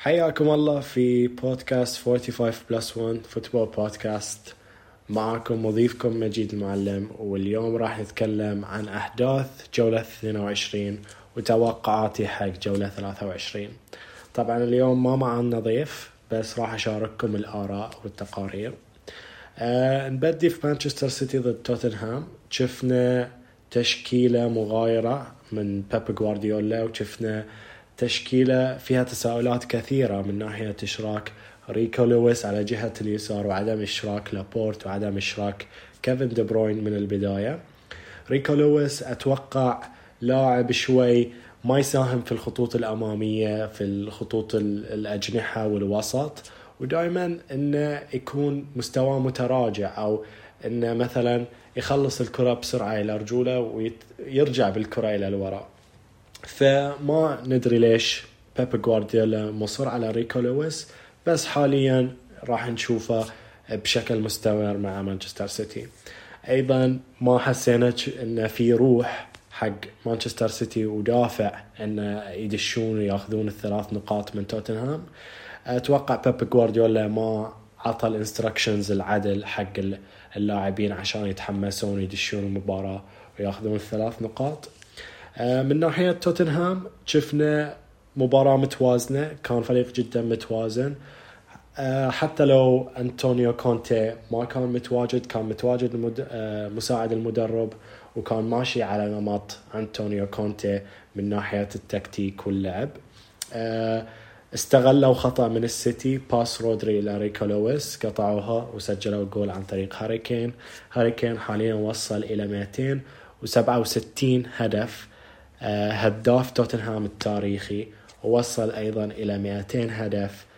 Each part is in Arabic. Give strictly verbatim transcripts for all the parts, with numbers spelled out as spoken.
حياكم الله في بودكاست خمسة وأربعين بلس واحد فوتبول بودكاست. معكم مضيفكم مجيد المعلم، واليوم راح نتكلم عن أحداث جولة اثنين وعشرين وتوقعاتي حق جولة ثلاثة وعشرين. طبعا اليوم ما معنا ضيف، بس راح أشارككم الآراء والتقارير. أه نبدي في مانشستر سيتي ضد توتنهام. شفنا تشكيلة مغايرة من بيب غوارديولا، وشفنا تشكيلة فيها تساؤلات كثيرة من ناحية إشراك ريكو لويس على جهة اليسار، وعدم إشراك لابورت، وعدم إشراك كيفن دي بروين من البداية. ريكو لويس أتوقع لاعب شوي ما يساهم في الخطوط الأمامية، في الخطوط الأجنحة والوسط، ودائما إنه يكون مستوى متراجع، أو إنه مثلا يخلص الكرة بسرعة إلى رجوله ويرجع بالكرة إلى الوراء. فما ندري ليش بيب غوارديولا مصر على ريكو لويس، بس حاليا راح نشوفه بشكل مستمر مع مانشستر سيتي. ايضا ما حسينا ان في روح حق مانشستر سيتي ودافع ان يدشون وياخذون الثلاث نقاط من توتنهام. اتوقع بيب غوارديولا ما عطى الانستراكشنز العدل حق اللاعبين عشان يتحمسون ويدشون المباراة وياخذون الثلاث نقاط. من ناحية توتنهام شفنا مباراة متوازنة، كان فريق جدا متوازن. حتى لو أنطونيو كونتي ما كان متواجد، كان متواجد المد... مساعد المدرب، وكان ماشي على نمط أنطونيو كونتي من ناحية التكتيك واللعب. استغلوا خطأ من السيتي، باس رودري إلى ريكو لويس، قطعوها وسجلوا الجول عن طريق هاري كين. هاري كين حاليا وصل إلى مئتين وسبعة وستين هدف، هداف توتنهام التاريخي، ووصل أيضا إلى مئتين هدف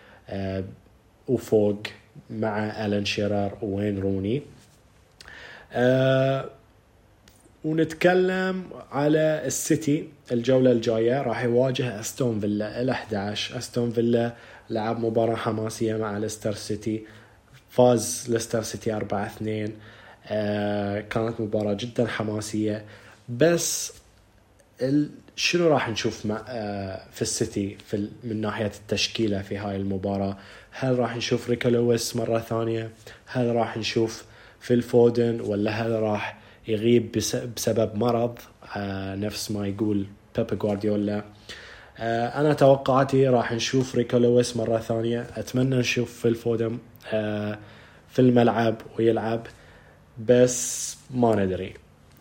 وفوق مع ألان شيرر ووين روني. ونتكلم على السيتي. الجولة الجاية راح يواجه أستون فيلا الأحد عشر. أستون فيلا لعب مباراة حماسية مع ليستر سيتي، فاز ليستر سيتي أربعة اثنين. كانت مباراة جدا حماسية، بس شنو راح نشوف مع في السيتي في من ناحية التشكيلة في هاي المباراة؟ هل راح نشوف ريكو لويس مرة ثانية؟ هل راح نشوف فيل فودن؟ ولا هل راح يغيب بسبب مرض نفس ما يقول بيب غوارديولا؟ أنا توقعاتي راح نشوف ريكو لويس مرة ثانية. أتمنى نشوف فيل فودن في الملعب ويلعب، بس ما ندري.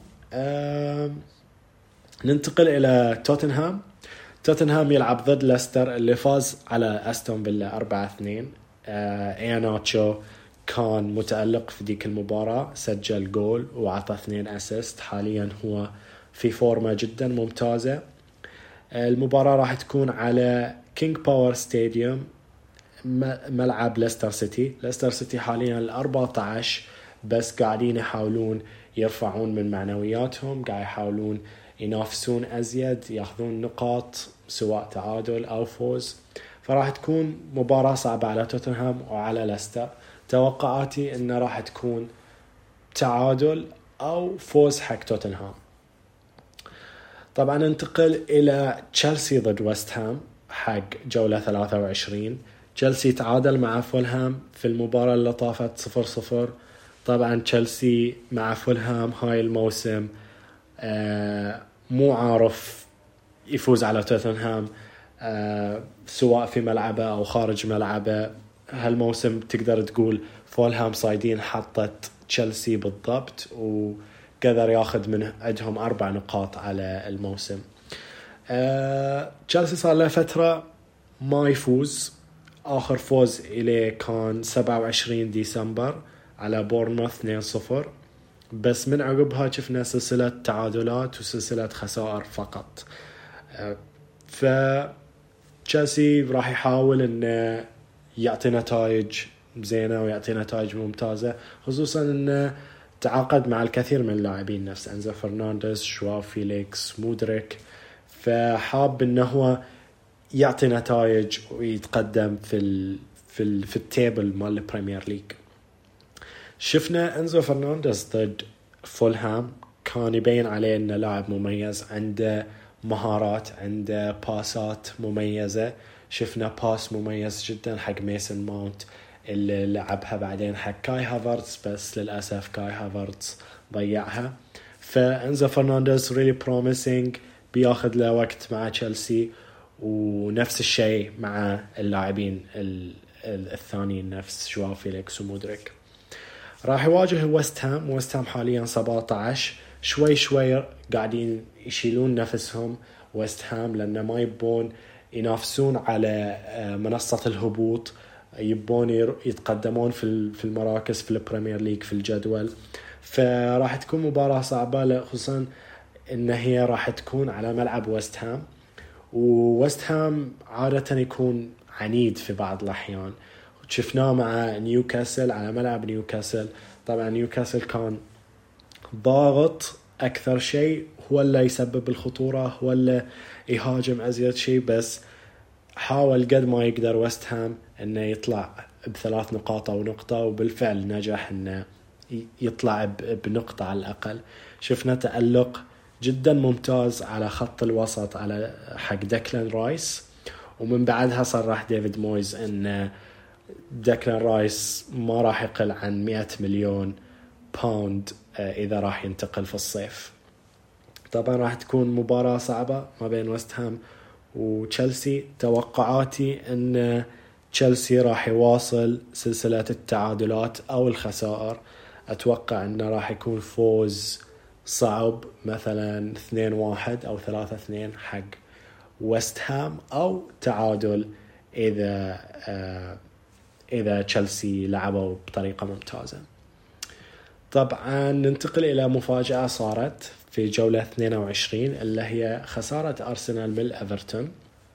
ننتقل إلى توتنهام. توتنهام يلعب ضد ليستر اللي فاز على أستون فيلا أربعة اثنين. إياناتشو كان متألق في ديك المباراة، سجل جول وعطى اثنين أسيست. حاليا هو في فورمة جدا ممتازة. المباراة راح تكون على كينج باور ستاديوم، ملعب ليستر سيتي. ليستر سيتي حاليا الأربعة عشر، بس قاعدين يحاولون يرفعون من معنوياتهم، قاعد يحاولون ينافسون أزيد، يأخذون نقاط سواء تعادل أو فوز. فراح تكون مباراة صعبة على توتنهام وعلى ليستر. توقعاتي إنه راح تكون تعادل أو فوز حق توتنهام. طبعا ننتقل إلى تشيلسي ضد ويست هام حق جولة ثلاثة وعشرين. تشيلسي تعادل مع فولهام في المباراة اللي طافت صفر صفر. طبعا تشيلسي مع فولهام هاي الموسم آه مو عارف يفوز على توتنهام، آه سواء في ملعبه أو خارج ملعبه. هالموسم تقدر تقول فولهام صايدين حطت تشيلسي بالضبط، وقدر ياخذ من عندهم أربع نقاط على الموسم. آه تشيلسي صار له فترة ما يفوز. آخر فوز إليه كان سبعة وعشرين ديسمبر على بورنموث اثنين صفر، بس من عقبها شفنا سلسلة تعادلات وسلسلة خسائر فقط. فتشيلسي راح يحاول انه يعطي نتائج زينة ويعطي نتائج ممتازة، خصوصا انه تعاقد مع الكثير من اللاعبين نفس أنزو فرنانديز، شواو فيليكس، مودريك. فحاب انه هو يعطي نتائج ويتقدم في ال في ال في التيبل مال البريمير ليج. شفنا أنزو فرنانديز ضد فولهام، كان يبين عليه أنه لاعب مميز، عنده مهارات، عنده باسات مميزة. شفنا باس مميز جدا حق ميسن ماونت اللي لعبها بعدين حق كاي هافرتز، بس للأسف كاي هافرتز ضيعها. فانزو فرنانديز really promising، بياخذ له وقت مع تشيلسي، ونفس الشيء مع اللاعبين الثانيين نفس جواو فيليكس ومودريك. راح يواجه ويست هام. ويست هام حاليا سبعة عشر، شوي شوي قاعدين يشيلون نفسهم ويست هام، لأنه ما يبون ينافسون على منصة الهبوط، يبون يتقدمون في المراكز في البريمير ليج في الجدول. فراح تكون مباراة صعبة، خصوصا إن هي راح تكون على ملعب ويست هام، وويست هام عادة يكون عنيد في بعض الأحيان. شفناه مع نيوكاسل على ملعب نيوكاسل. طبعا نيوكاسل كان ضاغط أكثر شيء، هو اللي يسبب الخطورة، هو اللي يهاجم أزيد شيء، بس حاول قد ما يقدر ويست هام إنه يطلع بثلاث نقاط أو نقطة، وبالفعل نجح إنه يطلع بنقطة على الأقل. شفنا تألق جدا ممتاز على خط الوسط على حق ديكلان رايس، ومن بعدها صرح ديفيد مويز إن ديكلان رايس ما راح يقل عن مئة مليون باوند إذا راح ينتقل في الصيف. طبعا راح تكون مباراة صعبة ما بين ويست هام وتشيلسي. توقعاتي أن تشيلسي راح يواصل سلسلة التعادلات أو الخسائر. أتوقع أنه راح يكون فوز صعب، مثلا اثنين واحد أو ثلاثة اثنين حق ويست هام، أو تعادل إذا آه إذا تشيلسي لعبوا بطريقة ممتازة. طبعا ننتقل إلى مفاجأة صارت في جولة اثنين وعشرين، اللي هي خسارة أرسنال من إيفرتون.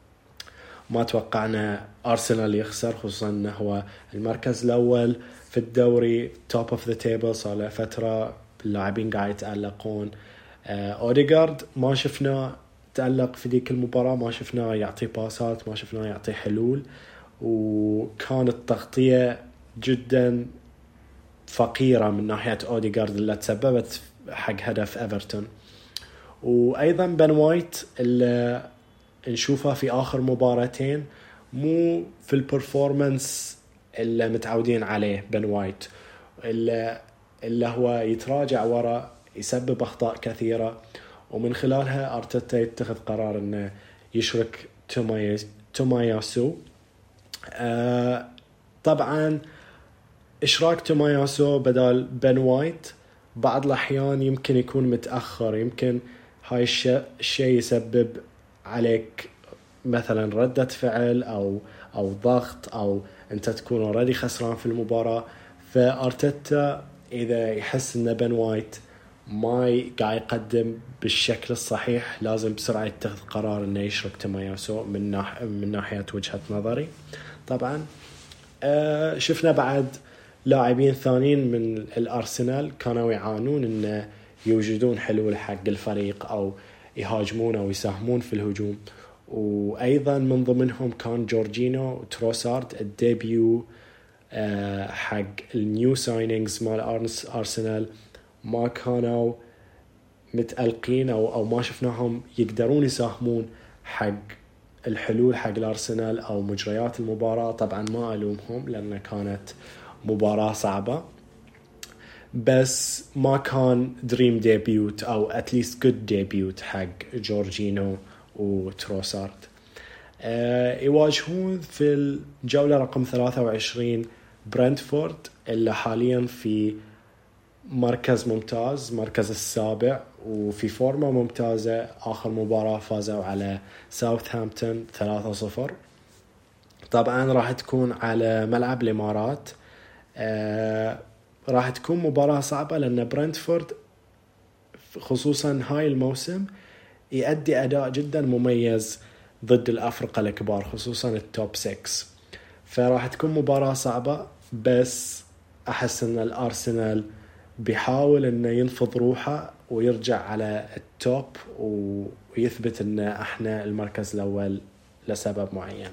ما توقعنا أرسنال يخسر، خصوصا أنه هو المركز الأول في الدوري، توب اوف ذا تيبل، صار له فترة اللاعبين قاعد يتألقون. أوديغارد ما شفناه تألق في ذيك المباراة، ما شفناه يعطي باسات، ما شفناه يعطي حلول، وكانت تغطية جدا فقيرة من ناحية أوديغارد اللي تسببت حق هدف إيفرتون. وأيضا بن وايت اللي نشوفه في آخر مباراتين مو في البرفورمانس اللي متعودين عليه. بن وايت اللي, اللي هو يتراجع وراء، يسبب أخطاء كثيرة، ومن خلالها أرتيتا يتخذ قرار أنه يشرك توماياسو. آه طبعا إشراك توماياسو بدل بن وايت بعض الأحيان يمكن يكون متأخر، يمكن هاي الشيء يسبب عليك مثلا ردة فعل أو أو ضغط، أو أنت تكون أوريدي خسران في المباراة. فأرتيتا إذا يحس إن بن وايت ما قاعد يقدم بالشكل الصحيح، لازم بسرعة يتخذ قرار إنه يشرك توماياسو من ناح من ناحية وجهة نظري. طبعا آه شفنا بعد لاعبين ثانيين من الأرسنال كانوا يعانون إن يوجدون حلول حق الفريق أو يهاجمون أو يساهمون في الهجوم، وأيضا من ضمنهم كان جورجينو وتروسارد الديبيو آه حق النيو ساينينجز مال أرسنال. ما كانوا متألقين أو أو ما شفناهم يقدرون يساهمون حق الحلول حق الأرسنال أو مجريات المباراة. طبعا ما ألومهم لأن كانت مباراة صعبة، بس ما كان دريم ديبيوت أو أتليست جود ديبيوت حق جورجينو وتروسارد. أه يواجهون في الجولة رقم ثلاثة وعشرين برنتفورد اللي حاليا في مركز ممتاز، مركز السابع، وفي فورمة ممتازة. آخر مباراة فازوا على ساوثهامبتون ثلاثة صفر. طبعا راح تكون على ملعب الإمارات. آه راح تكون مباراة صعبة لأن برنتفورد خصوصا هاي الموسم يؤدي أداء جدا مميز ضد الأفرقة الكبار، خصوصا التوب ستة. فراح تكون مباراة صعبة، بس أحس أن الأرسنال بيحاول أنه ينفض روحه ويرجع على التوب ويثبت أن احنا المركز الأول لسبب معين.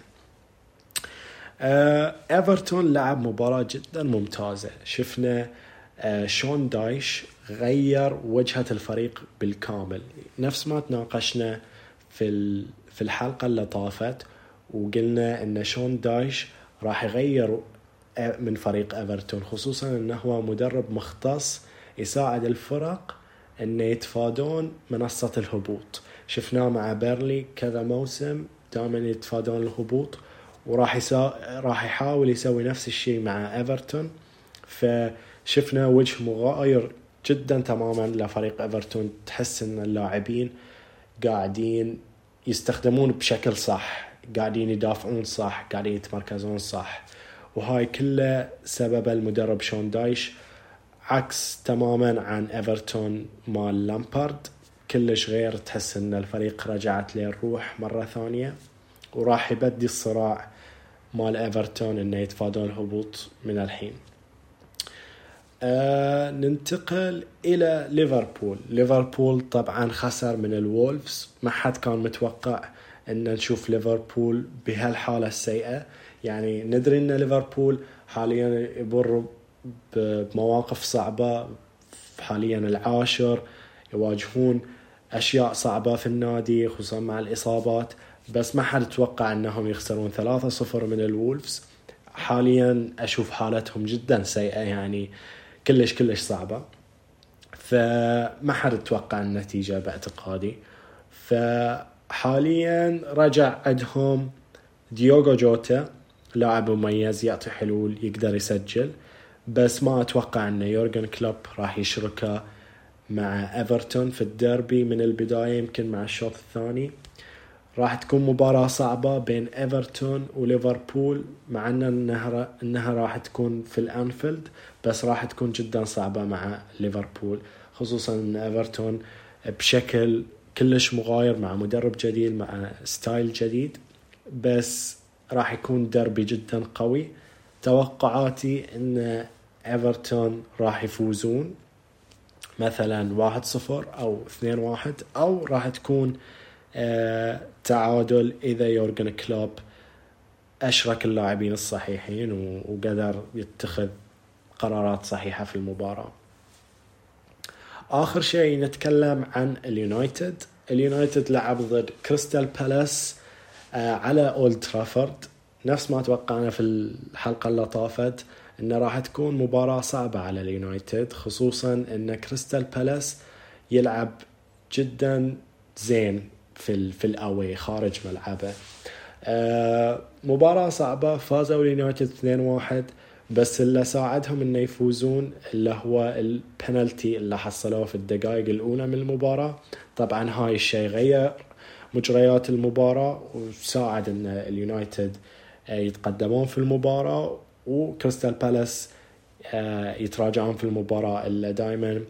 إيفرتون لعب مباراة جدا ممتازة. شفنا شون دايش غير وجهة الفريق بالكامل، نفس ما تناقشنا في في الحلقة اللي طافت، وقلنا ان شون دايش راح يغير من فريق ايفرتون، خصوصا انه هو مدرب مختص يساعد الفرق ان يتفادون منصة الهبوط. شفناه مع بيرلي كذا موسم دائما يتفادون الهبوط، وراح يسا... راح يحاول يسوي نفس الشيء مع ايفرتون. فشفنا وجه مغاير جدا تماما لفريق ايفرتون، تحس ان اللاعبين قاعدين يستخدمون بشكل صح، قاعدين يدافعون صح، قاعدين يتمركزون صح، وهاي كله سبب المدرب شون دايش، عكس تماما عن ايفرتون مال لامبارد. كلش غير، تحس ان الفريق رجعت له الروح مرة ثانية، وراح يبدي الصراع مال ايفرتون انه يتفادون الهبوط من الحين. آه ننتقل الى ليفربول. ليفربول طبعا خسر من الوولفز، ما حد كان متوقع ان نشوف ليفربول بهالحالة السيئة. يعني ندري ان ليفربول حاليا يمر بمواقف صعبة، حاليا العاشر، يواجهون اشياء صعبة في النادي خصوصا مع الاصابات، بس ما حد توقع انهم يخسرون ثلاثة صفر من الوولفز. حاليا اشوف حالتهم جدا سيئة، يعني كلش كلش صعبة، فما حد توقع النتيجة باعتقادي. فحاليا رجع عندهم ديوغو جوتا، لاعب مميز يعطي حلول يقدر يسجل، بس ما أتوقع أن يورغن كلوب راح يشركه مع إيفرتون في الديربي من البداية. يمكن مع الشوط الثاني راح تكون مباراة صعبة بين إيفرتون وليفربول، مع أنها, إنها راح تكون في الأنفيلد، بس راح تكون جدا صعبة مع ليفربول، خصوصا أن إيفرتون بشكل كلش مغاير مع مدرب جديد مع ستايل جديد، بس راح يكون دربي جدا قوي. توقعاتي ان ايفرتون راح يفوزون مثلا واحد صفر او اثنين واحد، او راح تكون آه تعادل اذا يورغن كلوب اشرك اللاعبين الصحيحين وقدر يتخذ قرارات صحيحة في المباراة. اخر شيء نتكلم عن اليونايتد. اليونايتد لعب ضد كريستال بالاس آه على اولد ترافورد. نفس ما توقعنا في الحلقة اللي طافت إن راح تكون مباراة صعبة على اليونايتد، خصوصا إن كريستال بالاس يلعب جدا زين في في الأوي خارج ملعبه. آه مباراة صعبة. فازوا اليونايتد اثنين واحد، بس اللي ساعدهم إنه يفوزون اللي هو البنالتي اللي حصلوه في الدقائق الأولى من المباراة. طبعا هاي الشيء غير مجريات المباراة وساعد إن اليونايتد يتقدمون في المباراة، وكريستال بالاس يتراجعون في المباراة اللي دائما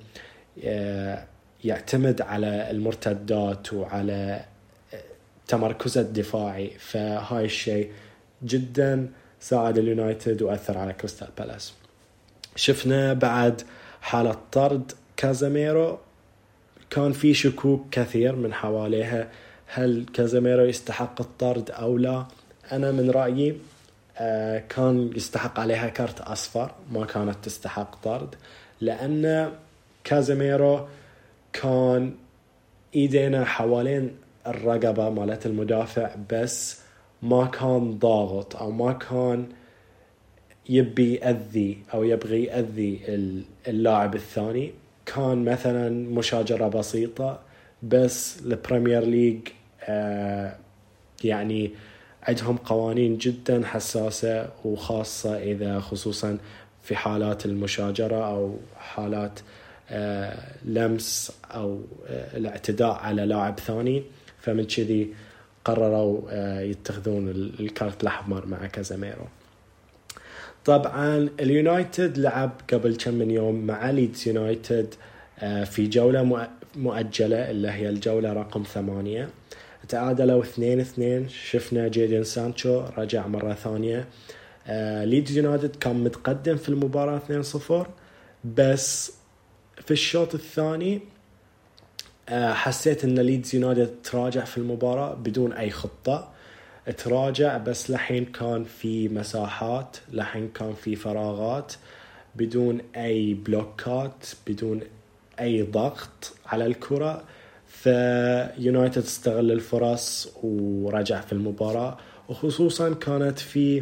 يعتمد على المرتدات وعلى تمركزه الدفاعي. فهاي الشيء جدا ساعد اليونايتد وأثر على كريستال بالاس. شفنا بعد حالة طرد كازاميرو، كان في شكوك كثير من حواليها، هل كازاميرو يستحق الطرد أو لا؟ أنا من رأيي آه كان يستحق عليها كارت أصفر، ما كانت تستحق طرد، لأن كازاميرو كان إيدينا حوالين الرقبة مالت المدافع، بس ما كان ضاغط أو ما كان يبي يأذي أو يبغي يأذي اللاعب الثاني. كان مثلا مشاجرة بسيطة، بس البريمير ليج آه يعني عندهم قوانين جدا حساسة وخاصة، إذا خصوصا في حالات المشاجرة أو حالات آه لمس أو آه الاعتداء على لاعب ثاني. فمن كذي قرروا آه يتخذون الكارت الأحمر مع كازاميرو. طبعا اليونايتد لعب قبل كم من يوم مع ليدز يونايتد آه في جولة مؤجلة اللي هي الجولة رقم ثمانية، تعادلوا اثنين اثنين. شفنا جيدون سانشو رجع مرة ثانية. آه ليدز يونايتد كان متقدم في المباراة اثنين صفر، بس في الشوط الثاني آه حسيت ان ليدز يونايتد تراجع في المباراة بدون اي خطة، تراجع بس لحين كان في مساحات، لحين كان في فراغات، بدون اي بلوكات، بدون اي ضغط على الكرة. فيونايتد استغل الفرص ورجع في المباراة، وخصوصا كانت في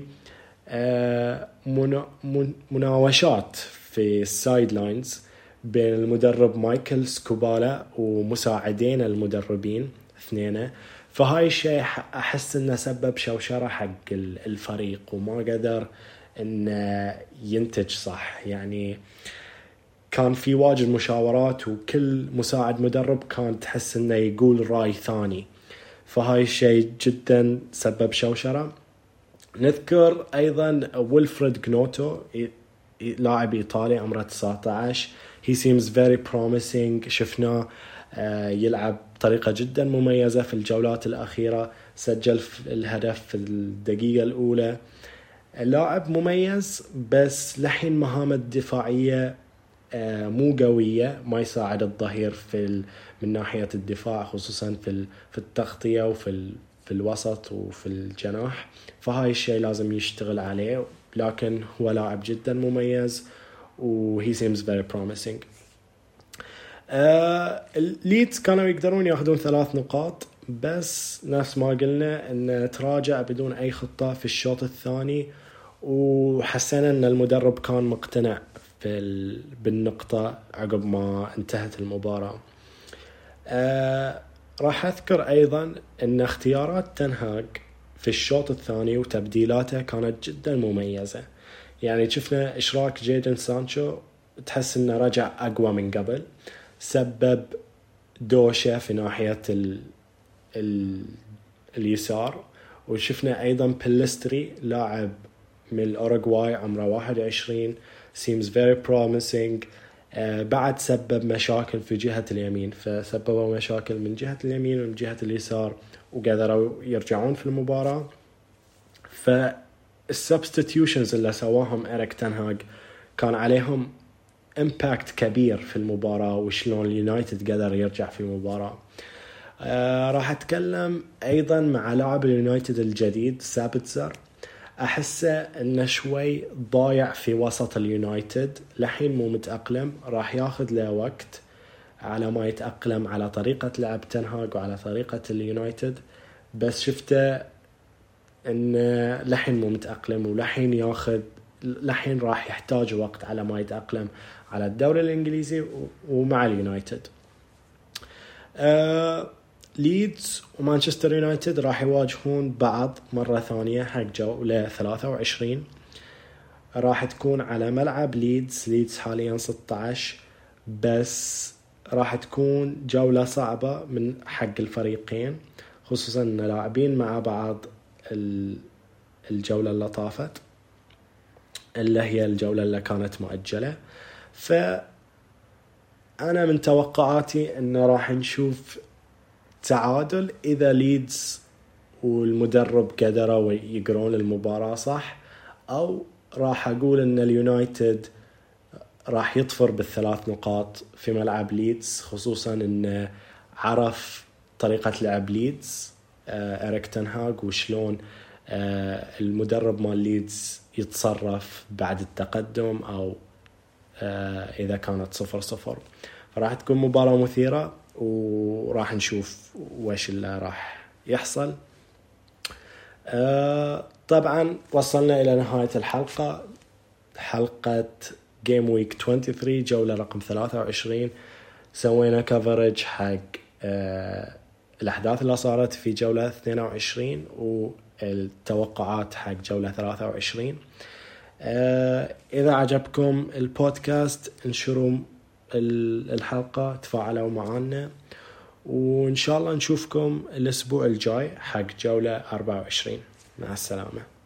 مناوشات في السايد لاينز بين المدرب مايكل سكوبالا ومساعدين المدربين اثنين. فهاي الشيء أحس إنه سبب شوشرة حق الفريق وما قدر إنه ينتج صح. يعني كان في واجد مشاورات وكل مساعد مدرب كان تحس إنه يقول رأي ثاني، فهاي الشيء جدا سبب شوشرة. نذكر أيضا ويلفريد جنوتو، لاعب إيطالي عمره تسعة عشر. he seems very promising. شفناه يلعب بطريقة جدا مميزة في الجولات الأخيرة، سجل الهدف في الدقيقة الأولى. لاعب مميز بس لحين مهامة الدفاعية مو قوية، ما يساعد الظهير في من ناحية الدفاع، خصوصا في في التغطية وفي في الوسط وفي الجناح. فهاي الشيء لازم يشتغل عليه، لكن هو لاعب جدا مميز و he seems very promising. الليدز كانوا يقدرون ياخذون ثلاث نقاط، بس نفس ما قلنا ان تراجع بدون اي خطة في الشوط الثاني، وحسنا ان المدرب كان مقتنع في بالنقطة عقب ما انتهت المباراة. أه راح أذكر أيضا أن اختيارات تنهاج في الشوط الثاني وتبديلاته كانت جدا مميزة. يعني شفنا إشراك جيدن سانشو، تحس أنه رجع أقوى من قبل، سبب دوشة في ناحية ال ال اليسار. وشفنا أيضا بيلستري لاعب من الأوروغواي عمره واحد وعشرين seems very promising. آه بعد سبب مشاكل في جهة اليمين، فسببوا مشاكل من جهة اليمين ومن جهة اليسار وقدروا يرجعون في المباراة. فالسبستيتيوشنز اللي سواهم إريك تنهاج كان عليهم إمباكت كبير في المباراة، وشلون اليونايتد قدر يرجع في المباراة. آه راح أتكلم أيضا مع لاعب اليونايتد الجديد سابتزر. أحسه إنه شوي ضايع في وسط اليونايتد، لحين مو متأقلم، راح ياخذ له وقت على ما يتأقلم على طريقة لعب تنهاج وعلى طريقة اليونايتد. بس شفته إنه لحين مو متأقلم، ولحين ياخذ لحين راح يحتاج وقت على ما يتأقلم على الدوري الإنجليزي ومع اليونايتد. أه ليدز ومانشستر يونايتد راح يواجهون بعض مرة ثانية حق جولة ثلاثة وعشرين. راح تكون على ملعب ليدز. ليدز حاليا ستة عشر، بس راح تكون جولة صعبة من حق الفريقين، خصوصا ان لاعبين مع بعض الجولة اللي طافت اللي هي الجولة اللي كانت مؤجلة. فأنا من توقعاتي انه راح نشوف تعادل إذا ليدز والمدرب قدروا يقرون المباراة صح، أو راح أقول إن اليونايتد راح يطفر بالثلاث نقاط في ملعب ليدز، خصوصا إنه عرف طريقة لعب ليدز آه إريك تنهاج وشلون آه المدرب مال ليدز يتصرف بعد التقدم أو آه إذا كانت صفر صفر. فراح تكون مباراة مثيرة، وراح نشوف وش اللي راح يحصل. أه طبعا وصلنا إلى نهاية الحلقة، حلقة Game Week ثلاثة وعشرين جولة رقم ثلاثة وعشرين. سوينا كفرج حق أه الأحداث اللي صارت في جولة اثنين وعشرين والتوقعات حق جولة ثلاثة وعشرين. أه إذا عجبكم البودكاست انشروا الحلقة، تفاعلوا معنا، وإن شاء الله نشوفكم الأسبوع الجاي حق جولة أربعة وعشرين. مع السلامة.